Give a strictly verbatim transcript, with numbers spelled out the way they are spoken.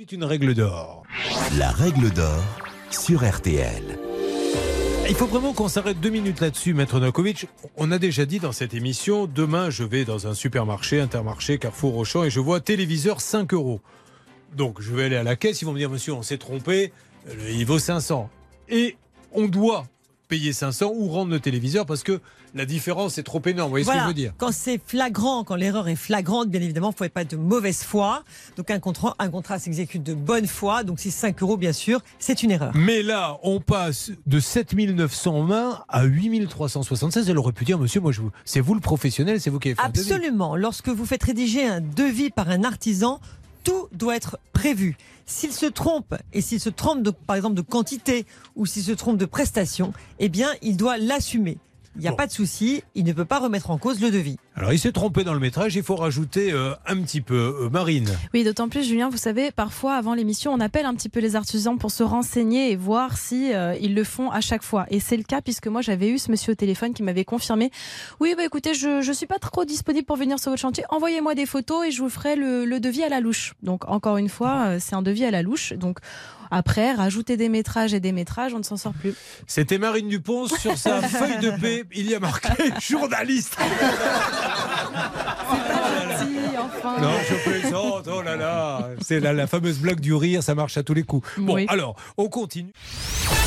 C'est une règle d'or. La règle d'or sur R T L. Il faut vraiment qu'on s'arrête deux minutes là-dessus, Maître Novakovic. On a déjà dit dans cette émission, demain je vais dans un supermarché, Intermarché, Carrefour, Auchan et je vois téléviseur cinq euros. Donc je vais aller à la caisse, ils vont me dire monsieur on s'est trompé, il vaut cinq cents. Et on doit payer cinq cents ou rendre le téléviseur parce que la différence est trop énorme. Vous voyez voilà. ce que je veux dire? Quand c'est flagrant, quand l'erreur est flagrante, bien évidemment, il ne faut pas être de mauvaise foi. Donc un contrat, un contrat s'exécute de bonne foi. Donc si cinq euros, bien sûr, c'est une erreur. Mais là, on passe de sept mille neuf cent vingt à huit mille trois cent soixante-seize. Elle aurait pu dire, monsieur, moi, je vous... c'est vous le professionnel, c'est vous qui avez fait le devis. Absolument. Lorsque vous faites rédiger un devis par un artisan, tout doit être prévu. S'il se trompe, et s'il se trompe de, par exemple de quantité, ou s'il se trompe de prestation, eh bien, il doit l'assumer. Il n'y a Bon. pas de souci, il ne peut pas remettre en cause le devis. Alors, il s'est trompé dans le métrage, il faut rajouter euh, un petit peu. Euh, Marine. Oui, d'autant plus, Julien, vous savez, parfois, avant l'émission, on appelle un petit peu les artisans pour se renseigner et voir si euh, ils le font à chaque fois. Et c'est le cas, puisque moi, j'avais eu ce monsieur au téléphone qui m'avait confirmé « Oui, bah, écoutez, je ne suis pas trop disponible pour venir sur votre chantier. Envoyez-moi des photos et je vous ferai le, le devis à la louche. » Donc, encore une fois, euh, c'est un devis à la louche. Donc, après, rajouter des métrages et des métrages, on ne s'en sort plus. C'était Marine Dupont sur sa feuille de paix. Il y a marqué journaliste. Gentil, enfin. Non, je plaisante. Oh là là. C'est la, la fameuse blague du rire, ça marche à tous les coups. Bon, Oui. alors, on continue.